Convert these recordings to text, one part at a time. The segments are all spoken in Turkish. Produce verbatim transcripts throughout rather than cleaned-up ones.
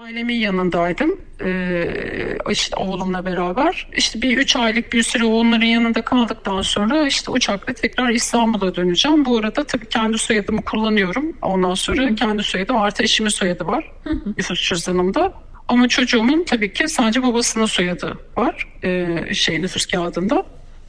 ailemin yanındaydım. Ee, işte oğlumla beraber. İşte bir üç aylık bir süre onların yanında kaldıktan sonra işte uçakla tekrar İstanbul'a döneceğim. Bu arada tabii kendi soyadımı kullanıyorum. Ondan sonra kendi soyadım artı eşimin soyadı var. Nüfus cüzdanımda. Ama çocuğumun tabii ki sadece babasının soyadı var. Ee, şey nüfus kağıdında.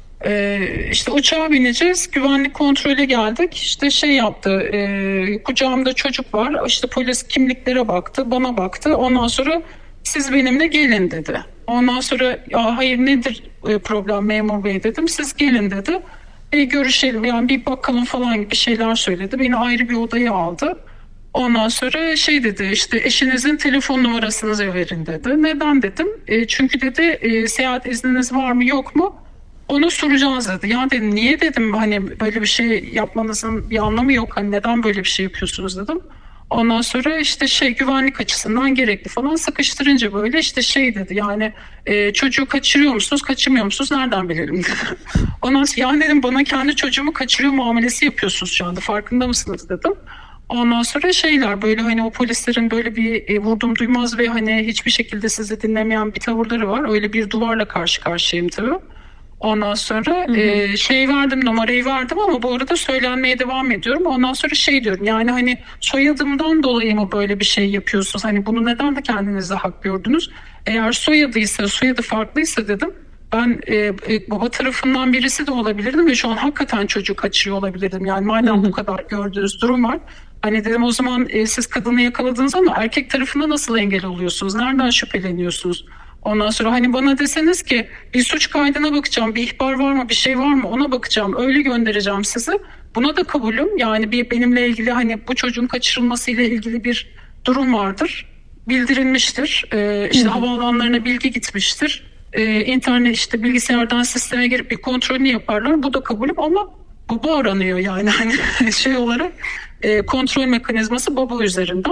Ee, işte uçağa bineceğiz. Güvenlik kontrole geldik. İşte şey yaptı. E, kucağımda çocuk var. İşte polis kimliklere baktı. Bana baktı. Ondan sonra siz benimle gelin dedi. Ondan sonra ya hayır nedir e, problem memur bey dedim. Siz gelin dedi. E, görüşelim yani bir bakalım falan gibi şeyler söyledi. Beni ayrı bir odaya aldı. Ondan sonra şey dedi işte eşinizin telefon numarasını verin dedi. Neden dedim. E, çünkü dedi e, seyahat izniniz var mı yok mu? Onu soracağız dedi. Ya dedim niye dedim hani böyle bir şey yapmanızın bir anlamı yok. Hani neden böyle bir şey yapıyorsunuz dedim. Ondan sonra işte şey güvenlik açısından gerekli falan sıkıştırınca böyle işte şey dedi yani e, çocuğu kaçırıyor musunuz kaçırmıyor musunuz nereden bilelim dedi. Ondan sonra yani dedim bana kendi çocuğumu kaçırıyor muamelesi yapıyorsunuz şu anda farkında mısınız dedim. Ondan sonra şeyler böyle hani o polislerin böyle bir e, vurdum duymaz ve hani hiçbir şekilde sizi dinlemeyen bir tavırları var. Öyle bir duvarla karşı karşıyayım tabii. Ondan sonra Hı hı. e, şey verdim numarayı verdim ama bu arada söylenmeye devam ediyorum. Ondan sonra şey diyorum yani hani soyadımdan dolayı mı böyle bir şey yapıyorsunuz? Hani bunu neden de kendinize hak gördünüz? Eğer soyadıysa soyadı farklıysa dedim. Ben e, e, baba tarafından birisi de olabilirdim ve şu an hakikaten çocuk kaçırıyor olabilirdim. Yani madem bu kadar gördüğünüz durum var. Hani dedim o zaman e, siz kadını yakaladınız ama erkek tarafına nasıl engel oluyorsunuz? Nereden şüpheleniyorsunuz? Ondan sonra hani bana deseniz ki bir suç kaydına bakacağım, bir ihbar var mı, bir şey var mı ona bakacağım, öyle göndereceğim sizi. Buna da kabulüm. Yani bir benimle ilgili hani bu çocuğun kaçırılması ile ilgili bir durum vardır. Bildirilmiştir. Ee, işte havaalanlarına bilgi gitmiştir. Ee, internet işte bilgisayardan sisteme girip bir kontrolünü yaparlar. Bu da kabulüm ama baba aranıyor yani hani şey olarak e, kontrol mekanizması baba üzerinden.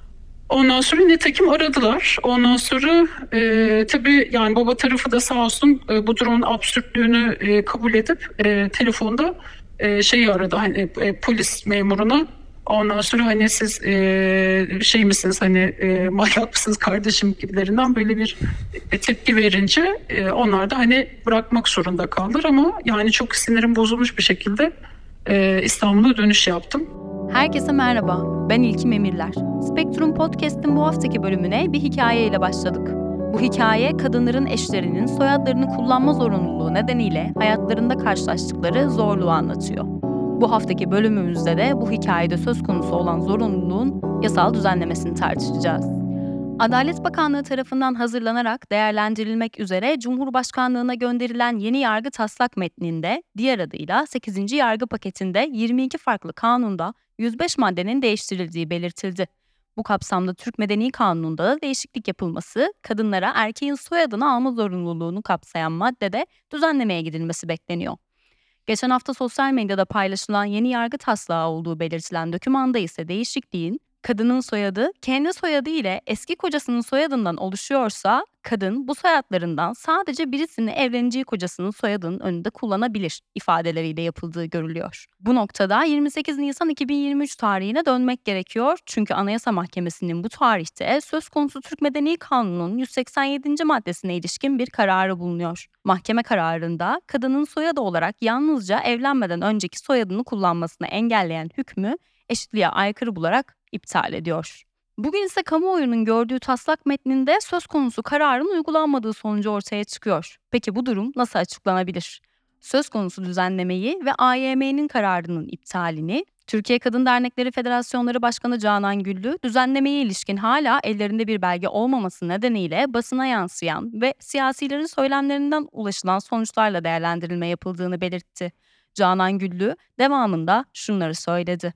Ondan sonra nitekim aradılar. Ondan sonra e, tabii yani baba tarafı da sağ olsun e, bu durumun absürtlüğünü e, kabul edip e, telefonda e, şeyi aradı hani e, polis memuruna. Ondan sonra hani siz e, şey misiniz hani e, manyak mısınız kardeşim gibilerinden böyle bir e, tepki verince e, onlar da hani bırakmak zorunda kaldılar ama yani çok sinirim bozulmuş bir şekilde e, İstanbul'a dönüş yaptım. Herkese merhaba, ben İlkim Emirler. Spektrum Podcast'in bu haftaki bölümüne bir hikayeyle başladık. Bu hikaye, kadınların eşlerinin soyadlarını kullanma zorunluluğu nedeniyle hayatlarında karşılaştıkları zorluğu anlatıyor. Bu haftaki bölümümüzde de bu hikayede söz konusu olan zorunluluğun yasal düzenlemesini tartışacağız. Adalet Bakanlığı tarafından hazırlanarak değerlendirilmek üzere Cumhurbaşkanlığına gönderilen yeni yargı taslak metninde, diğer adıyla sekizinci yargı paketinde yirmi iki farklı kanunda yüz beş maddenin değiştirildiği belirtildi. Bu kapsamda Türk Medeni Kanunu'nda da değişiklik yapılması, kadınlara erkeğin soyadını alma zorunluluğunu kapsayan maddede düzenlemeye gidilmesi bekleniyor. Geçen hafta sosyal medyada paylaşılan yeni yargı taslağı olduğu belirtilen dokümanda ise değişikliğin, kadının soyadı kendi soyadı ile eski kocasının soyadından oluşuyorsa, kadın bu soyadlarından sadece birisini evleneceği kocasının soyadının önünde kullanabilir ifadeleriyle yapıldığı görülüyor. Bu noktada yirmi sekiz Nisan iki bin yirmi üç tarihine dönmek gerekiyor çünkü Anayasa Mahkemesi'nin bu tarihte söz konusu Türk Medeni Kanunu'nun yüz seksen yedinci maddesine ilişkin bir kararı bulunuyor. Mahkeme kararında kadının soyadı olarak yalnızca evlenmeden önceki soyadını kullanmasını engelleyen hükmü eşitliğe aykırı bularak iptal ediyor. Bugün ise kamuoyunun gördüğü taslak metninde söz konusu kararın uygulanmadığı sonucu ortaya çıkıyor. Peki bu durum nasıl açıklanabilir? Söz konusu düzenlemeyi ve A Y M'nin kararının iptalini, Türkiye Kadın Dernekleri Federasyonları Başkanı Canan Güllü, düzenlemeye ilişkin hala ellerinde bir belge olmaması nedeniyle basına yansıyan ve siyasilerin söylemlerinden ulaşılan sonuçlarla değerlendirilme yapıldığını belirtti. Canan Güllü devamında şunları söyledi.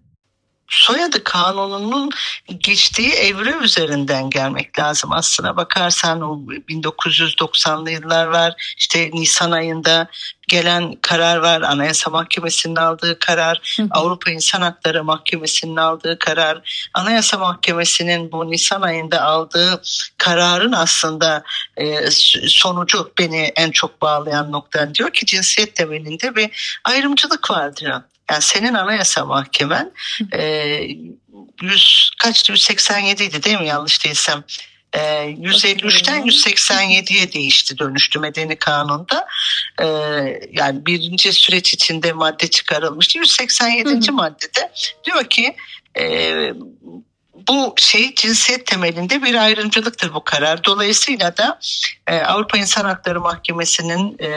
Soyadı kanununun geçtiği evre üzerinden gelmek lazım. Aslına bakarsan o bin dokuz yüz doksanlı yıllar var. İşte Nisan ayında gelen karar var. Anayasa Mahkemesi'nin aldığı karar, Avrupa İnsan Hakları Mahkemesi'nin aldığı karar, Anayasa Mahkemesi'nin bu Nisan ayında aldığı kararın aslında e, sonucu beni en çok bağlayan nokta. Diyor ki cinsiyet temelinde bir ayrımcılık var diyor. Yani senin Anayasa Mahkemen e, yüz kaçtı yüz seksen yedi idi değil mi yanlış değilsem? e, yüz elli üçten yüz seksen yediye değişti, dönüştü Medeni Kanun'da. E, yani birinci süreç içinde madde çıkarılmıştı. yüz seksen yedinci Hı hı. maddede diyor ki e, bu şey cinsiyet temelinde bir ayrımcılıktır bu karar. Dolayısıyla da e, Avrupa İnsan Hakları Mahkemesi'nin e,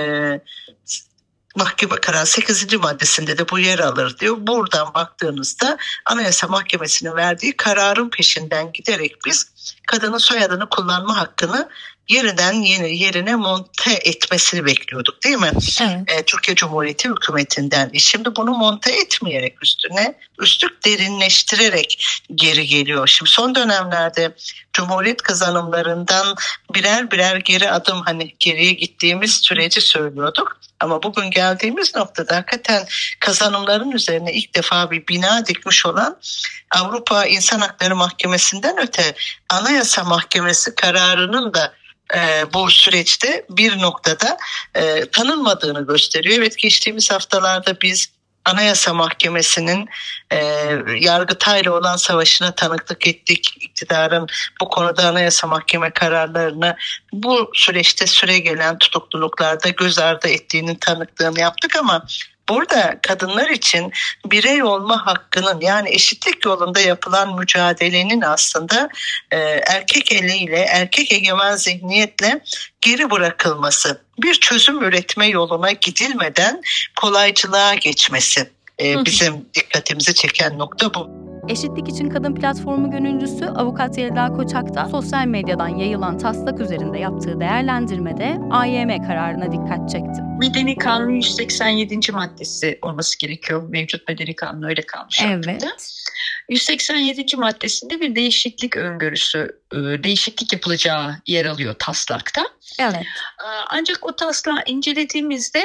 mahkeme kararı sekizinci maddesinde de bu yer alır diyor. Buradan baktığınızda Anayasa Mahkemesi'nin verdiği kararın peşinden giderek biz kadının soyadını kullanma hakkını yeniden yeni yerine monte etmesini bekliyorduk, değil mi? Evet. E, Türkiye Cumhuriyeti hükümetinden. E şimdi bunu monte etmeyerek üstüne üstlük derinleştirerek geri geliyor. Şimdi son dönemlerde Cumhuriyet kazanımlarından birer birer geri adım, hani geriye gittiğimiz süreci söylüyorduk. Ama bugün geldiğimiz noktada hakikaten kazanımların üzerine ilk defa bir bina dikmiş olan Avrupa İnsan Hakları Mahkemesi'nden öte Anayasa Mahkemesi kararının da e, bu süreçte bir noktada e, tanınmadığını gösteriyor. Evet, geçtiğimiz haftalarda biz Anayasa Mahkemesi'nin e, Yargıtay'la olan savaşına tanıklık ettik. İktidarın bu konuda Anayasa Mahkeme kararlarını bu süreçte süre gelen tutukluluklarda göz ardı ettiğinin tanıklığını yaptık ama burada kadınlar için birey olma hakkının, yani eşitlik yolunda yapılan mücadelenin aslında e, erkek eliyle, erkek egemen zihniyetle geri bırakılması, bir çözüm üretme yoluna gidilmeden kolaycılığa geçmesi e, bizim dikkatimizi çeken nokta bu. Eşitlik İçin Kadın Platformu gönüllüsü Avukat Yelda Koçak da sosyal medyadan yayılan taslak üzerinde yaptığı değerlendirmede A Y M kararına dikkat çekti. Medeni Kanun yüz seksen yedinci maddesi olması gerekiyor. Mevcut Medeni Kanun öyle kalmış. Evet. Aklımda. yüz seksen yedinci maddesinde bir değişiklik öngörüsü, değişiklik yapılacağı yer alıyor taslakta. Evet. Ancak o taslağı incelediğimizde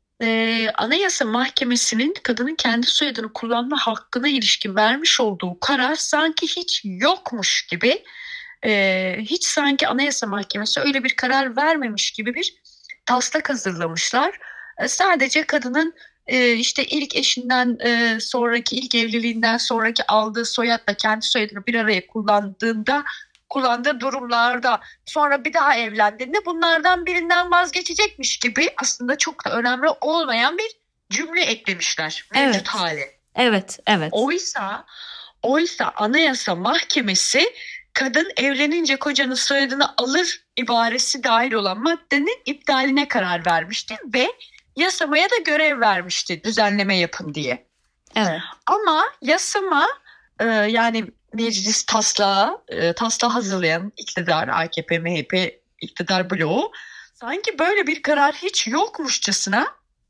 Ee, Anayasa Mahkemesi'nin kadının kendi soyadını kullanma hakkına ilişkin vermiş olduğu karar sanki hiç yokmuş gibi, e, hiç sanki Anayasa Mahkemesi öyle bir karar vermemiş gibi bir taslak hazırlamışlar. E, sadece kadının e, işte ilk eşinden e, sonraki, ilk evliliğinden sonraki aldığı soyadla kendi soyadını bir araya kullandığında kullandığı durumlarda sonra bir daha evlendiğinde bunlardan birinden vazgeçecekmiş gibi aslında çok da önemli olmayan bir cümle eklemişler mevcut evet. hali. Evet, evet. Oysa, oysa Anayasa Mahkemesi kadın evlenince kocanın soyadını alır ibaresi dahil olan maddenin iptaline karar vermişti ve yasamaya da görev vermişti düzenleme yapın diye. Evet. Ama yasama e, yani meclis taslağı, e, taslağı hazırlayan iktidar, A K P, M H P iktidar bloğu sanki böyle bir karar hiç yokmuşçasına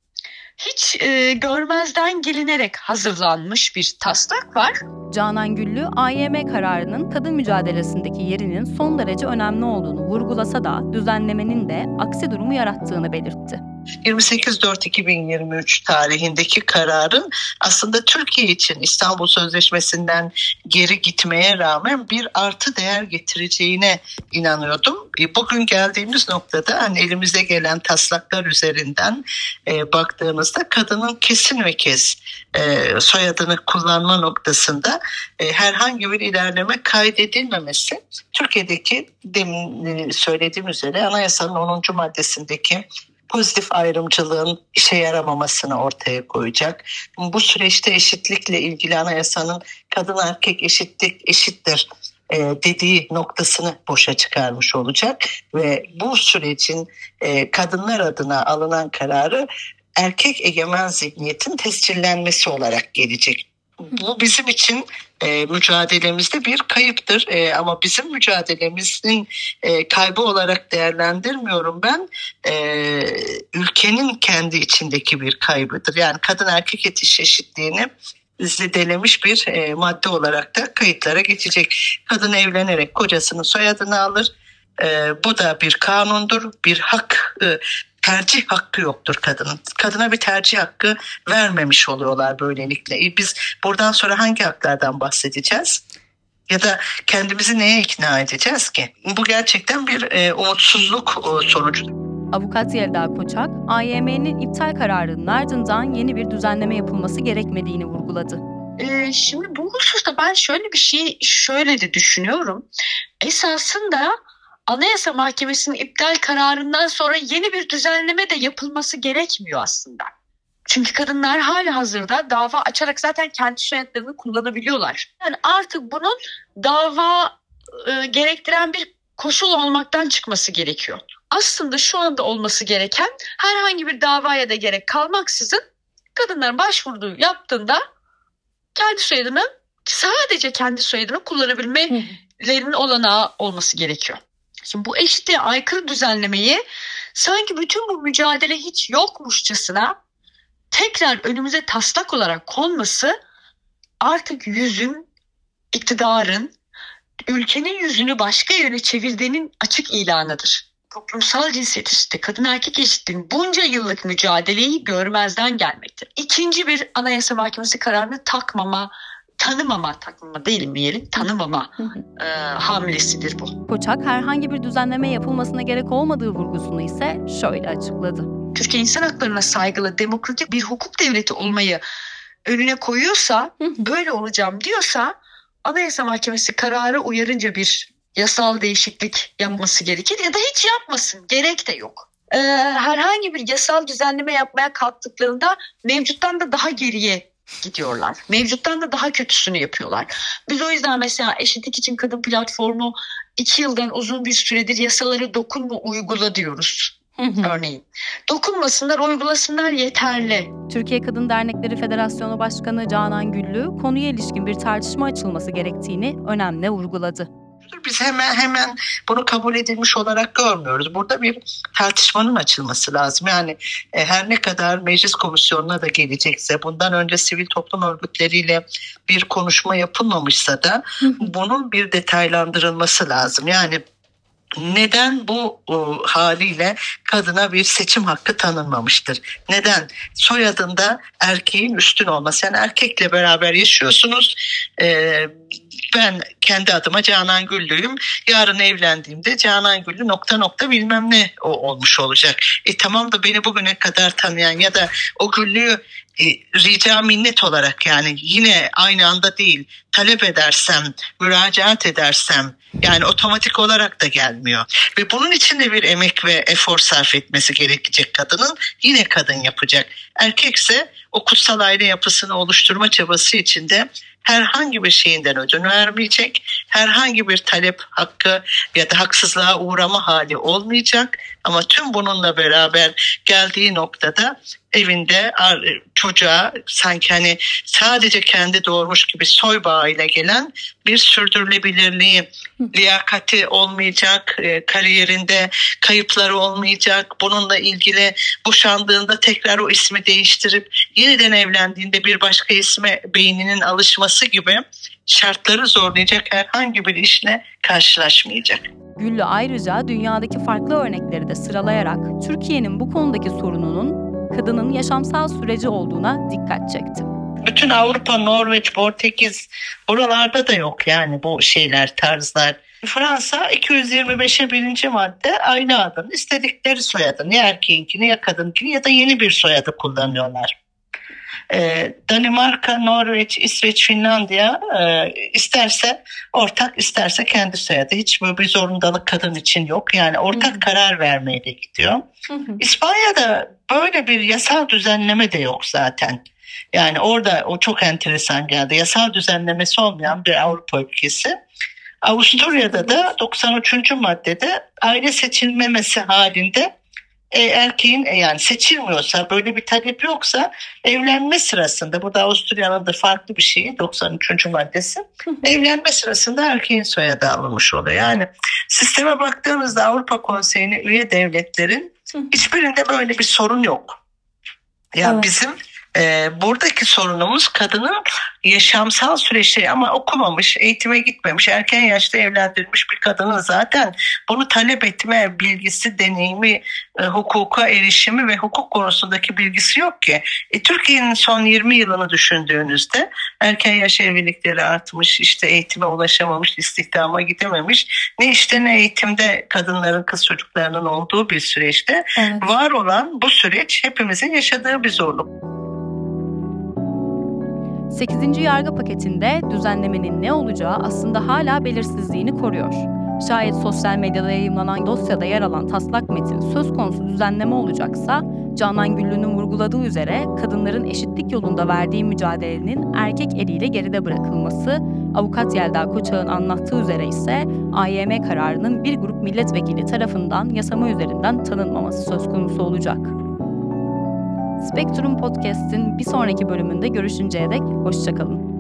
hiç e, görmezden gelinerek hazırlanmış bir taslak var. Canan Güllü, A Y M kararının kadın mücadelesindeki yerinin son derece önemli olduğunu vurgulasa da düzenlemenin de aksi durumu yarattığını belirtti. yirmi sekiz Dört iki bin yirmi üç tarihindeki kararın aslında Türkiye için İstanbul Sözleşmesi'nden geri gitmeye rağmen bir artı değer getireceğine inanıyordum. Bugün geldiğimiz noktada hani elimize gelen taslaklar üzerinden e, baktığımızda kadının kesin ve kes e, soyadını kullanma noktasında e, herhangi bir ilerleme kaydedilmemesi Türkiye'deki demin söylediğim üzere Anayasanın onuncu maddesindeki pozitif ayrımcılığın işe yaramamasını ortaya koyacak. Bu süreçte eşitlikle ilgili anayasanın kadın erkek eşitlik eşittir e, dediği noktasını boşa çıkarmış olacak ve bu sürecin e, kadınlar adına alınan kararı erkek egemen zihniyetin tescillenmesi olarak gelecek. Bu bizim için e, mücadelemizde bir kayıptır e, ama bizim mücadelemizin e, kaybı olarak değerlendirmiyorum ben. E, ülkenin kendi içindeki bir kaybıdır. Yani kadın erkek eşitliğini zedelemiş bir e, madde olarak da kayıtlara geçecek. Kadın evlenerek kocasının soyadını alır. E, bu da bir kanundur, bir hak. E, tercih hakkı yoktur kadının. Kadına bir tercih hakkı vermemiş oluyorlar böylelikle. E biz buradan sonra hangi haklardan bahsedeceğiz? Ya da kendimizi neye ikna edeceğiz ki? Bu gerçekten bir e, umutsuzluk e, sonucu. Avukat Yelda Koçak, A Y M'nin iptal kararının ardından yeni bir düzenleme yapılması gerekmediğini vurguladı. Ee, şimdi bu hususta ben şöyle bir şey şöyle de düşünüyorum. Esasında Anayasa Mahkemesi'nin iptal kararından sonra yeni bir düzenleme de yapılması gerekmiyor aslında. Çünkü kadınlar hala hazırda dava açarak zaten kendi soyadlarını kullanabiliyorlar. Yani artık bunun dava e, gerektiren bir koşul olmaktan çıkması gerekiyor. Aslında şu anda olması gereken, herhangi bir davaya da gerek kalmaksızın kadınların başvuru yaptığında kendi soyadını, sadece kendi soyadını kullanabilmelerinin olanağı olması gerekiyor. Şimdi bu eşitliğe aykırı düzenlemeyi sanki bütün bu mücadele hiç yokmuşçasına tekrar önümüze taslak olarak konması artık yüzün, iktidarın, ülkenin yüzünü başka yöne çevirdiğinin açık ilanıdır. Toplumsal cinsiyet eşitliği, kadın erkek eşitliğinin bunca yıllık mücadeleyi görmezden gelmektir. İkinci bir Anayasa Mahkemesi kararını takmama, tanımama, takmama değil diyelim, tanımama e, hamlesidir bu. Koçak herhangi bir düzenleme yapılmasına gerek olmadığı vurgusunu ise şöyle açıkladı. Türkiye insan haklarına saygılı, demokratik bir hukuk devleti olmayı önüne koyuyorsa, böyle olacağım diyorsa Anayasa Mahkemesi kararı uyarınca bir yasal değişiklik yapması gerekir ya da hiç yapmasın, gerek de yok. Ee, herhangi bir yasal düzenleme yapmaya kalktıklarında mevcuttan da daha geriye gidiyorlar. Mevcuttan da daha kötüsünü yapıyorlar. Biz o yüzden mesela Eşitlik İçin Kadın Platformu iki yıldan uzun bir süredir yasaları dokunma, uygula diyoruz. Örneğin. Dokunmasınlar, uygulasınlar, yeterli. Türkiye Kadın Dernekleri Federasyonu Başkanı Canan Güllü, konuya ilişkin bir tartışma açılması gerektiğini önemli vurguladı. Biz hemen hemen bunu kabul edilmiş olarak görmüyoruz. Burada bir tartışmanın açılması lazım. Yani e, her ne kadar meclis komisyonuna da gelecekse, bundan önce sivil toplum örgütleriyle bir konuşma yapılmamışsa da bunun bir detaylandırılması lazım. Yani neden bu o, haliyle kadına bir seçim hakkı tanınmamıştır? Neden? Soyadında erkeğin üstün olması. Yani erkekle beraber yaşıyorsunuz. Ee, ben kendi adıma Canan Güllü'yüm. Yarın evlendiğimde Canan Güllü nokta nokta bilmem ne o olmuş olacak. E tamam da beni bugüne kadar tanıyan ya da o Güllü'yü e, rica minnet olarak, yani yine aynı anda değil, talep edersem, müracaat edersem, yani otomatik olarak da gelmiyor. Ve bunun için de bir emek ve efor sarf etmesi gerekecek kadının. Yine kadın yapacak. Erkekse o kutsal aile yapısını oluşturma çabası içinde herhangi bir şeyinden ödün vermeyecek. Herhangi bir talep hakkı ya da haksızlığa uğrama hali olmayacak. Ama tüm bununla beraber geldiği noktada evinde çocuğa sanki hani sadece kendi doğurmuş gibi soy bağıyla gelen bir sürdürülebilirliği, liyakati olmayacak, kariyerinde kayıpları olmayacak. Bununla ilgili boşandığında tekrar o ismi değiştirip yeniden evlendiğinde bir başka isme beyninin alışması gibi şartları zorlayacak herhangi bir işle karşılaşmayacak. Güllü ayrıca dünyadaki farklı örnekleri de sıralayarak Türkiye'nin bu konudaki sorununun kadının yaşamsal süreci olduğuna dikkat çekti. Bütün Avrupa, Norveç, Portekiz, buralarda da yok yani bu şeyler, tarzlar. Fransa iki yüz yirmi beşe birinci madde aynı adın istedikleri soyadını, ya erkeğinkini ya kadınkini ya da yeni bir soyadı kullanıyorlar. Ee, Danimarka, Norveç, İsveç, Finlandiya e, isterse ortak, isterse kendi soyadı. Hiç böyle bir zorundalık kadın için yok. Yani ortak Hı-hı. karar vermeye de gidiyor. Hı-hı. İspanya'da böyle bir yasal düzenleme de yok zaten. Yani orada o çok enteresan geldi. Yasal düzenlemesi olmayan bir Avrupa ülkesi. Avusturya'da da doksan üçüncü maddede aile seçilmemesi halinde E, erkeğin e, yani seçilmiyorsa, böyle bir talep yoksa evlenme sırasında, bu da Avusturya'nın da farklı bir şeyi, doksan üçüncü maddesi, evlenme sırasında erkeğin soyadı alınmış oluyor. Yani sisteme baktığımızda Avrupa Konseyi'ne üye devletlerin hiçbirinde böyle bir sorun yok. Yani evet. Bizim e, buradaki sorunumuz kadının yaşamsal süreçleri, ama okumamış, eğitime gitmemiş, erken yaşta evlendirilmiş bir kadının zaten bunu talep etme bilgisi, deneyimi, e, hukuka erişimi ve hukuk konusundaki bilgisi yok ki. E, Türkiye'nin son yirmi yılını düşündüğünüzde erken yaş evlilikleri artmış, işte eğitime ulaşamamış, istihdama gidememiş, ne işte ne eğitimde kadınların, kız çocuklarının olduğu bir süreçte evet. Var olan bu süreç hepimizin yaşadığı bir zorluk. sekizinci yargı paketinde düzenlemenin ne olacağı aslında hala belirsizliğini koruyor. Şayet sosyal medyada yayımlanan dosyada yer alan taslak metin söz konusu düzenleme olacaksa, Canan Güllü'nün vurguladığı üzere kadınların eşitlik yolunda verdiği mücadelenin erkek eliyle geride bırakılması, avukat Yelda Koçak'ın anlattığı üzere ise A Y M kararının bir grup milletvekili tarafından yasama üzerinden tanınmaması söz konusu olacak. Spektrum Podcast'in bir sonraki bölümünde görüşünceye dek hoşça kalın.